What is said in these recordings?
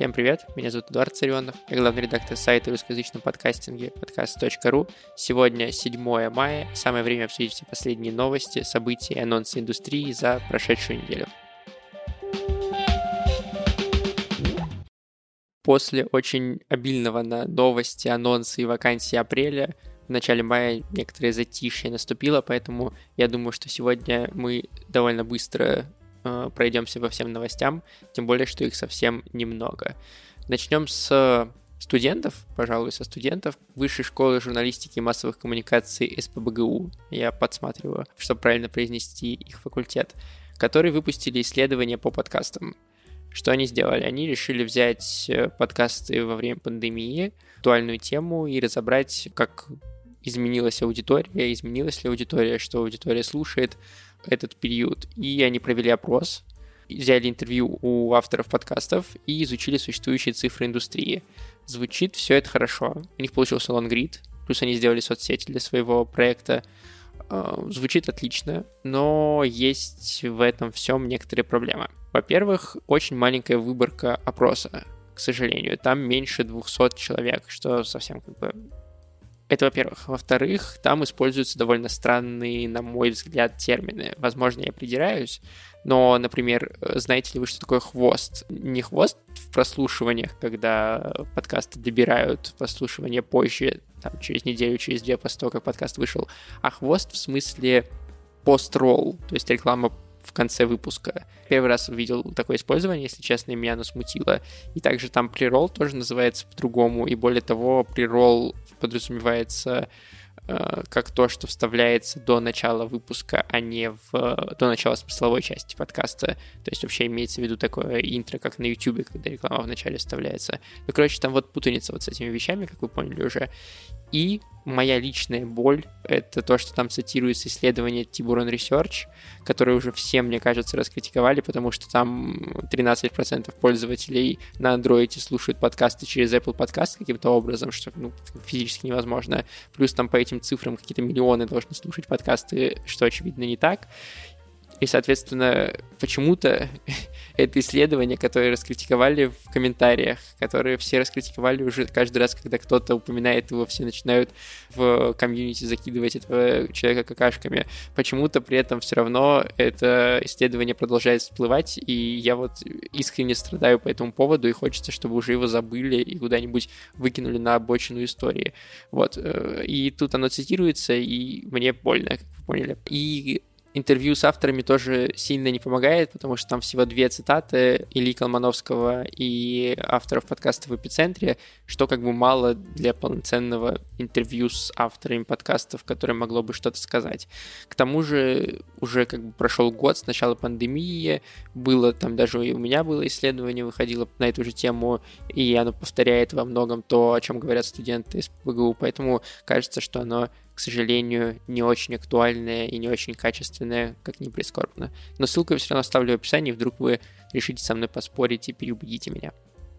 Всем привет, меня зовут Эдуард Царионов, я главный редактор сайта русскоязычного подкастинга podcast.ru. Сегодня 7 мая, самое время обсудить все последние новости, события и анонсы индустрии за прошедшую неделю. После очень обильного на новости, анонсы и вакансии апреля в начале мая некоторое затишье наступило, поэтому я думаю, что сегодня мы довольно быстро пройдемся по всем новостям, тем более, что их совсем немного. Начнем с студентов, пожалуй, со студентов Высшей школы журналистики и массовых коммуникаций СПбГУ, я подсматриваю, чтобы правильно произнести их факультет, которые выпустили исследование по подкастам. Что они сделали? Они решили взять подкасты во время пандемии, актуальную тему, и разобрать, как изменилась ли аудитория, что аудитория слушает этот период. И они провели опрос, взяли интервью у авторов подкастов и изучили существующие цифры индустрии. Звучит все это хорошо. У них получился лонгрид, плюс они сделали соцсети для своего проекта. Звучит отлично, но есть в этом всем некоторые проблемы. Во-первых, очень маленькая выборка опроса, к сожалению. Там меньше 200 человек, что совсем Это, во-первых. Во-вторых, там используются довольно странные, на мой взгляд, термины. Возможно, я придираюсь, но, например, знаете ли вы, что такое хвост? Не хвост в прослушиваниях, когда подкасты добирают прослушивание позже, там, через неделю, через две после того, как подкаст вышел, а хвост в смысле пост-ролл, то есть реклама в конце выпуска. Первый раз увидел такое использование, если честно, и меня оно смутило. И также там преролл тоже называется по-другому, и более того, преролл подразумевается как то, что вставляется до начала выпуска, а не до начала смысловой части подкаста. То есть вообще имеется в виду такое интро, как на YouTube, когда реклама в начале вставляется. Ну, короче, там вот путаница вот с этими вещами, как вы поняли уже. И моя личная боль — это то, что там цитируется исследование Tiburon Research, которое уже все, мне кажется, раскритиковали, потому что там 13% пользователей на Android слушают подкасты через Apple Podcast каким-то образом, что физически невозможно. Плюс там по этим цифрам какие-то миллионы должны слушать подкасты, что, очевидно, не так. И, соответственно, почему-то это исследование, которое раскритиковали в комментариях, которые все раскритиковали уже каждый раз, когда кто-то упоминает его, все начинают в комьюнити закидывать этого человека какашками. Почему-то при этом все равно это исследование продолжает всплывать, и я вот искренне страдаю по этому поводу, и хочется, чтобы уже его забыли и куда-нибудь выкинули на обочину истории. Вот. И тут оно цитируется, и мне больно, как вы поняли. И интервью с авторами тоже сильно не помогает, потому что там всего 2 цитаты Ильи Колмановского и авторов подкаста в «Эпицентре», что мало для полноценного интервью с авторами подкастов, которое могло бы что-то сказать. К тому же уже прошел год с начала пандемии, было там даже и у меня было исследование, выходило на эту же тему, и оно повторяет во многом то, о чем говорят студенты из ПБГУ, поэтому кажется, что оно, к сожалению, не очень актуальное и не очень качественное, как ни прискорбно. Но ссылку я все равно оставлю в описании, вдруг вы решите со мной поспорить и переубедите меня.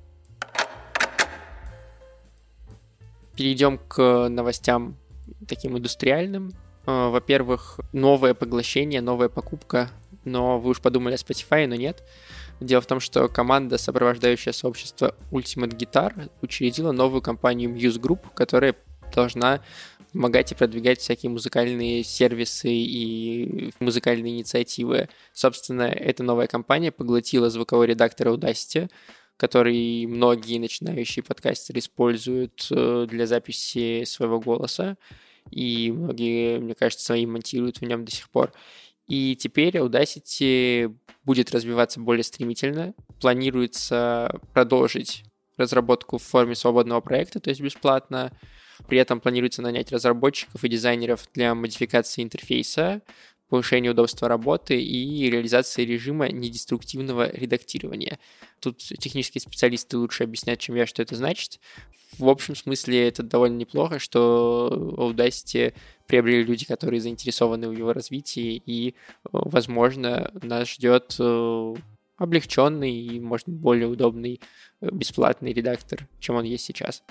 Перейдем к новостям таким индустриальным. Во-первых, новое поглощение, новая покупка, но вы уж подумали о Spotify, но нет. Дело в том, что команда, сопровождающая сообщество Ultimate Guitar, учредила новую компанию Muse Group, которая должна помогать и продвигать всякие музыкальные сервисы и музыкальные инициативы. Собственно, эта новая компания поглотила звуковой редактор Audacity, который многие начинающие подкастеры используют для записи своего голоса, и многие, мне кажется, свои монтируют в нем до сих пор. И теперь Audacity будет развиваться более стремительно. Планируется продолжить разработку в форме свободного проекта, то есть бесплатно. При этом планируется нанять разработчиков и дизайнеров для модификации интерфейса, повышения удобства работы и реализации режима недеструктивного редактирования. Тут технические специалисты лучше объяснят, чем я, что это значит. В общем смысле это довольно неплохо, что Audacity приобрели люди, которые заинтересованы в его развитии, и, возможно, нас ждет облегченный и, может, более удобный бесплатный редактор, чем он есть сейчас.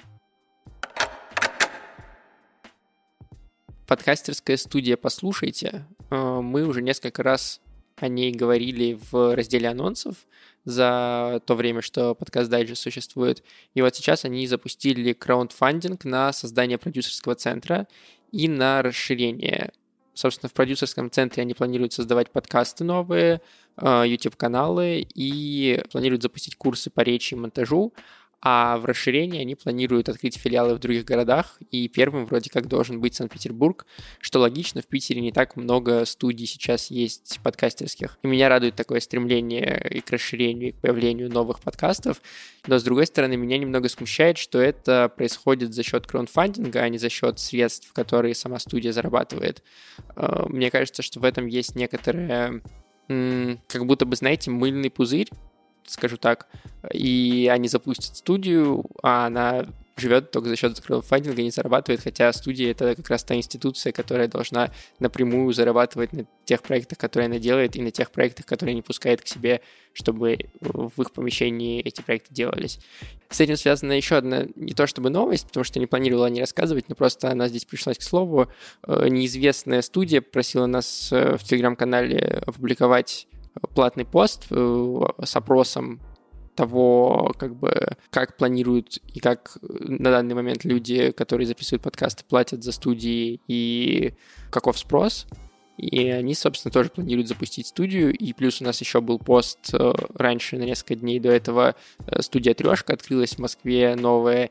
Подкастерская студия «Послушайте». Мы уже несколько раз о ней говорили в разделе анонсов за то время, что подкаст Дайджест существует. И вот сейчас они запустили краундфандинг на создание продюсерского центра и на расширение. Собственно, в продюсерском центре они планируют создавать подкасты новые, YouTube-каналы и планируют запустить курсы по речи и монтажу. А в расширении они планируют открыть филиалы в других городах, и первым вроде как должен быть Санкт-Петербург, что логично, в Питере не так много студий сейчас есть подкастерских. И меня радует такое стремление и к расширению, и к появлению новых подкастов, но, с другой стороны, меня немного смущает, что это происходит за счет краундфандинга, а не за счет средств, которые сама студия зарабатывает. Мне кажется, что в этом есть некоторое, как будто бы, знаете, мыльный пузырь, скажу так, и они запустят студию, а она живет только за счет краундфандинга, не зарабатывает, хотя студия — это как раз та институция, которая должна напрямую зарабатывать на тех проектах, которые она делает, и на тех проектах, которые не пускает к себе, чтобы в их помещении эти проекты делались. С этим связана еще одна, не то чтобы новость, потому что не планировала о ней рассказывать, но просто она здесь пришлась к слову. Неизвестная студия просила нас в Телеграм-канале опубликовать платный пост с опросом того, как планируют и как на данный момент люди, которые записывают подкасты, платят за студии и каков спрос. И они, собственно, тоже планируют запустить студию. И плюс у нас еще был пост раньше, на несколько дней до этого, студия «Трешка» открылась в Москве новая.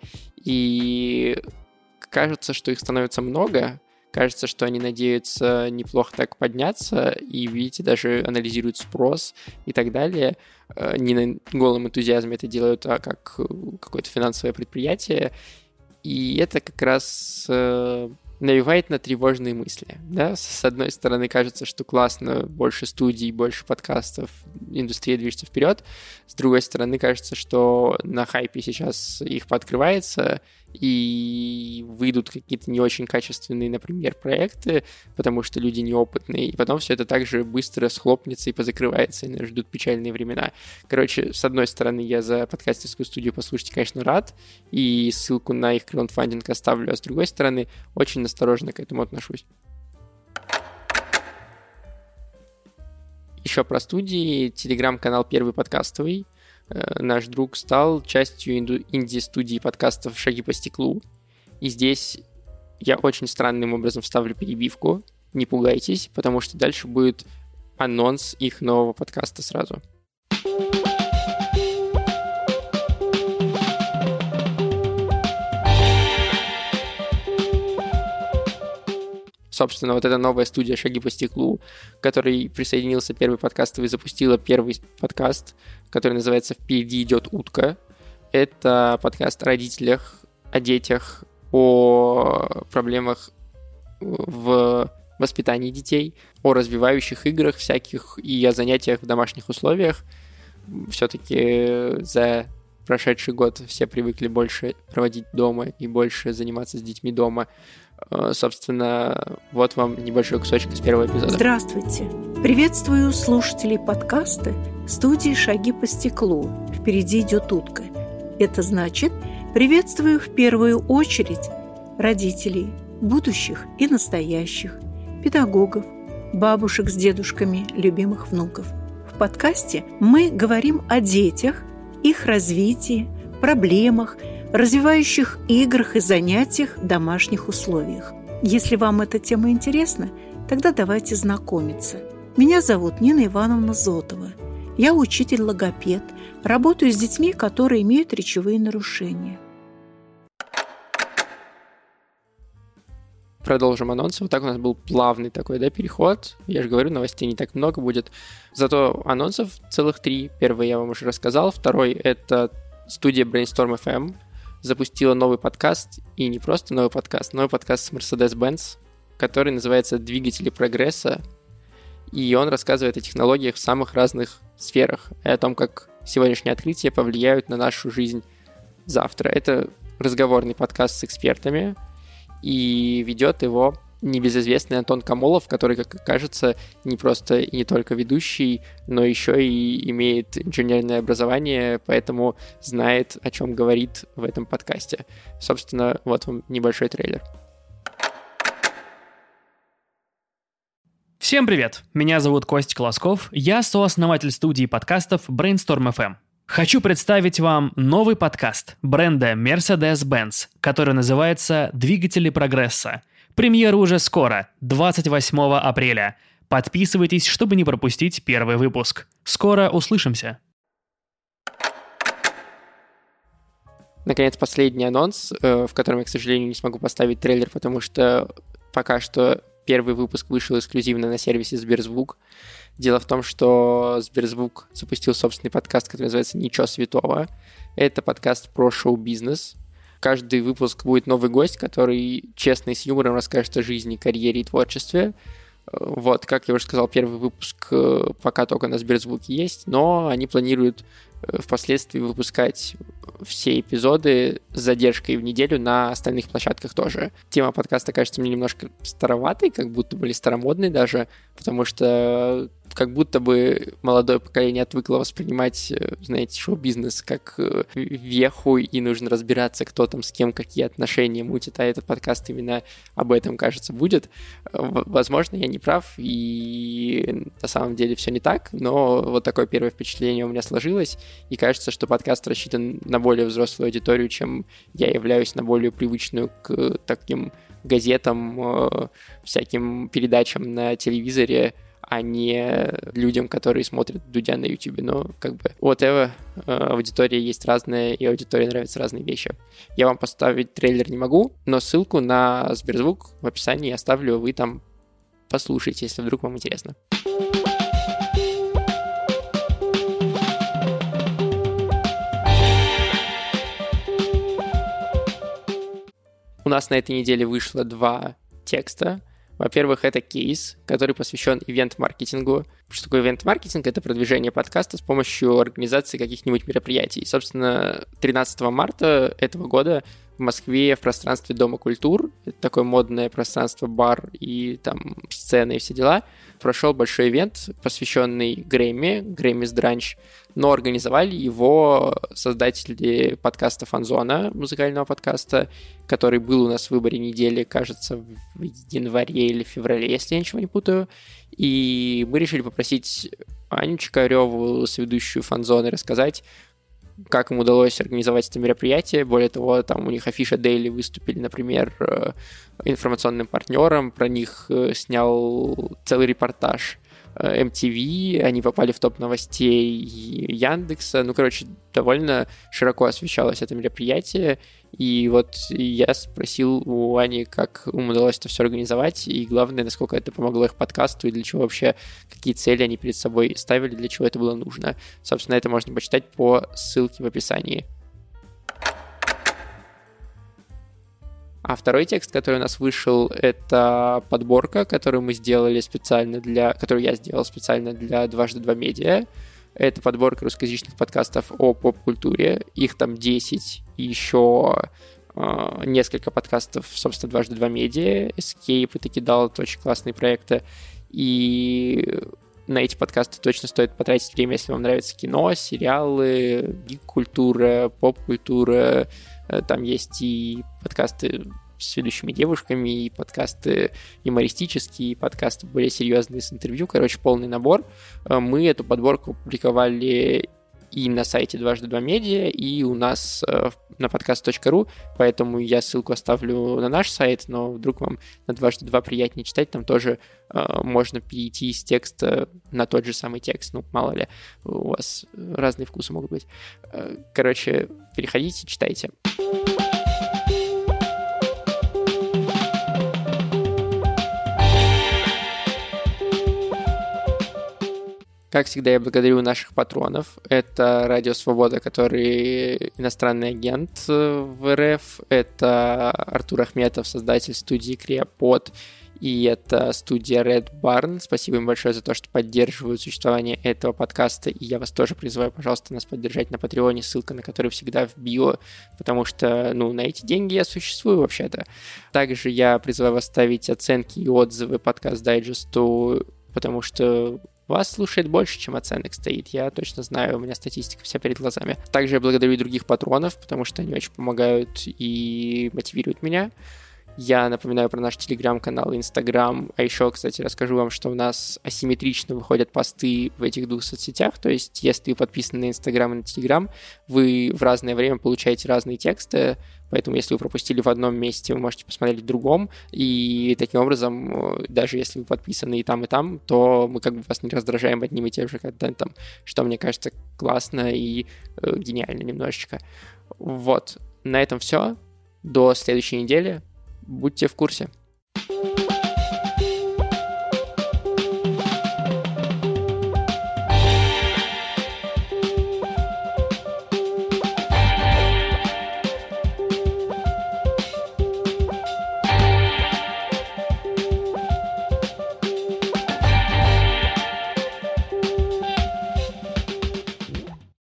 И кажется, что их становится много. Кажется, что они надеются неплохо так подняться, и, видите, даже анализируют спрос и так далее. Не на голом энтузиазме это делают, а как какое-то финансовое предприятие. И это как раз навевает на тревожные мысли. Да? С одной стороны, кажется, что классно, больше студий, больше подкастов, индустрия движется вперед. С другой стороны, кажется, что на хайпе сейчас их пооткрывается, и выйдут какие-то не очень качественные, например, проекты, потому что люди неопытные, и потом все это также быстро схлопнется и позакрывается, и нас ждут печальные времена. Короче, с одной стороны, я за подкастерскую студию послушать, конечно, рад, и ссылку на их краундфандинг оставлю, а с другой стороны, очень осторожно к этому отношусь. Еще про студии. Телеграм-канал «Первый подкастовый». Наш друг стал частью инди-студии подкастов «Шаги по стеклу». И здесь я очень странным образом вставлю перебивку. Не пугайтесь, потому что дальше будет анонс их нового подкаста сразу. Собственно, вот эта новая студия «Шаги по стеклу», к которой присоединился Первый подкастовый, запустила первый подкаст, который называется «Впереди идет утка». Это подкаст о родителях, о детях, о проблемах в воспитании детей, о развивающих играх всяких и о занятиях в домашних условиях. Все-таки за прошедший год все привыкли больше проводить дома и больше заниматься с детьми дома. Собственно, вот вам небольшой кусочек из первого эпизода. Здравствуйте! Приветствую слушателей подкаста студии «Шаги по стеклу». Впереди идет утка. Это значит, приветствую в первую очередь родителей, будущих и настоящих, педагогов, бабушек с дедушками, любимых внуков. В подкасте мы говорим о детях, их развитии, проблемах, развивающих играх и занятиях в домашних условиях. Если вам эта тема интересна, тогда давайте знакомиться. Меня зовут Нина Ивановна Зотова. Я учитель-логопед, работаю с детьми, которые имеют речевые нарушения. Продолжим анонсы. Вот так у нас был плавный такой, переход. Я же говорю, новостей не так много будет. Зато анонсов целых 3. Первый я вам уже рассказал. Второй — это студия Brainstorm FM. Запустила новый подкаст, и не просто новый подкаст с Mercedes-Benz, который называется «Двигатели прогресса», и он рассказывает о технологиях в самых разных сферах, и о том, как сегодняшние открытия повлияют на нашу жизнь завтра. Это разговорный подкаст с экспертами, и ведет его небезызвестный Антон Камолов, который, как кажется, не просто и не только ведущий, но еще и имеет инженерное образование, поэтому знает, о чем говорит в этом подкасте. Собственно, вот вам небольшой трейлер. Всем привет! Меня зовут Костя Колосков, я сооснователь студии подкастов Brainstorm FM. Хочу представить вам новый подкаст бренда Mercedes-Benz, который называется «Двигатели прогресса». Премьера уже скоро, 28 апреля. Подписывайтесь, чтобы не пропустить первый выпуск. Скоро услышимся! Наконец, последний анонс, в котором я, к сожалению, не смогу поставить трейлер, потому что пока что первый выпуск вышел эксклюзивно на сервисе Сберзвук. Дело в том, что Сберзвук запустил собственный подкаст, который называется «Ничего святого». Это подкаст про шоу-бизнес. Каждый выпуск будет новый гость, который честно и с юмором расскажет о жизни, карьере и творчестве. Вот, как я уже сказал, первый выпуск пока только на Сберзвуке есть, но они планируют впоследствии выпускать все эпизоды с задержкой в неделю на остальных площадках тоже. Тема подкаста кажется мне немножко староватой, как будто бы, или старомодной даже, потому что как будто бы молодое поколение отвыкло воспринимать, знаете, шоу-бизнес как веху, и нужно разбираться, кто там с кем, какие отношения мутит, а этот подкаст именно об этом, кажется, будет. Возможно, я не прав, и на самом деле все не так, но вот такое первое впечатление у меня сложилось, и кажется, что подкаст рассчитан на более взрослую аудиторию, чем я являюсь, на более привычную к таким газетам, всяким передачам на телевизоре, а не людям, которые смотрят Дудя на Ютубе. Но как бы whatever, аудитория есть разная, и аудитории нравятся разные вещи. Я вам поставить трейлер не могу, но ссылку на Сберзвук в описании оставлю, вы там послушайте, если вдруг вам интересно. У нас на этой неделе вышло 2 текста. Во-первых, это кейс, который посвящен ивент-маркетингу. Что такое ивент-маркетинг? Это продвижение подкаста с помощью организации каких-нибудь мероприятий. Собственно, 13 марта этого года в Москве в пространстве Дома культур, это такое модное пространство, бар и там сцены и все дела, прошел большой ивент, посвященный Грэммис Дранч, но организовали его создатели подкаста Фанзона, музыкального подкаста, который был у нас в выборе недели, кажется, в январе или феврале, если я ничего не путаю. И мы решили попросить Аню Чикареву, соведущую Фанзоны, рассказать, как им удалось организовать это мероприятие. Более того, там у них Афиша Дейли выступили, например, информационным партнером, про них снял целый репортаж MTV, они попали в топ новостей Яндекса. Ну, короче, довольно широко освещалось это мероприятие. И вот я спросил у Ани, как им удалось это все организовать, и главное, насколько это помогло их подкасту, и для чего вообще, какие цели они перед собой ставили, для чего это было нужно. Собственно, это можно почитать по ссылке в описании. А второй текст, который у нас вышел, это подборка, которую мы сделали специально которую я сделал специально для «Дважды два медиа». Это подборка русскоязычных подкастов о поп-культуре. Их там 10, и еще несколько подкастов, собственно, «Дважды два медиа», Escape и таки дал, это очень классные проекты. И на эти подкасты точно стоит потратить время, если вам нравится кино, сериалы, гик-культура, поп-культура. Там есть и подкасты с ведущими девушками, и подкасты юмористические, и подкасты более серьезные с интервью. Короче, полный набор. Мы эту подборку публиковали и на сайте «Дважды два медиа», и у нас на podcast.ru, поэтому я ссылку оставлю на наш сайт, но вдруг вам на «Дважды два» приятнее читать, там тоже можно перейти из текста на тот же самый текст, ну, мало ли, у вас разные вкусы могут быть. Короче, переходите, читайте. Как всегда, я благодарю наших патронов. Это Радио Свобода, который иностранный агент в РФ. Это Артур Ахметов, создатель студии Креопод. И это студия Red Barn. Спасибо им большое за то, что поддерживают существование этого подкаста. И я вас тоже призываю, пожалуйста, нас поддержать на Патреоне, ссылка на который всегда в био, потому что, ну, на эти деньги я существую вообще-то. Также я призываю вас ставить оценки и отзывы подкаст дайджесту, потому что вас слушает больше, чем оценок стоит. Я точно знаю, у меня статистика вся перед глазами. Также я благодарю и других патронов, потому что они очень помогают и мотивируют меня. Я напоминаю про наш телеграм-канал, инстаграм, а еще, кстати, расскажу вам, что у нас асимметрично выходят посты в этих двух соцсетях, то есть если вы подписаны на инстаграм и на телеграм, вы в разное время получаете разные тексты, поэтому если вы пропустили в одном месте, вы можете посмотреть в другом, и таким образом, даже если вы подписаны и там, то мы как бы вас не раздражаем одним и тем же контентом, что, мне кажется, классно и гениально немножечко. Вот, на этом все. До следующей недели. Будьте в курсе.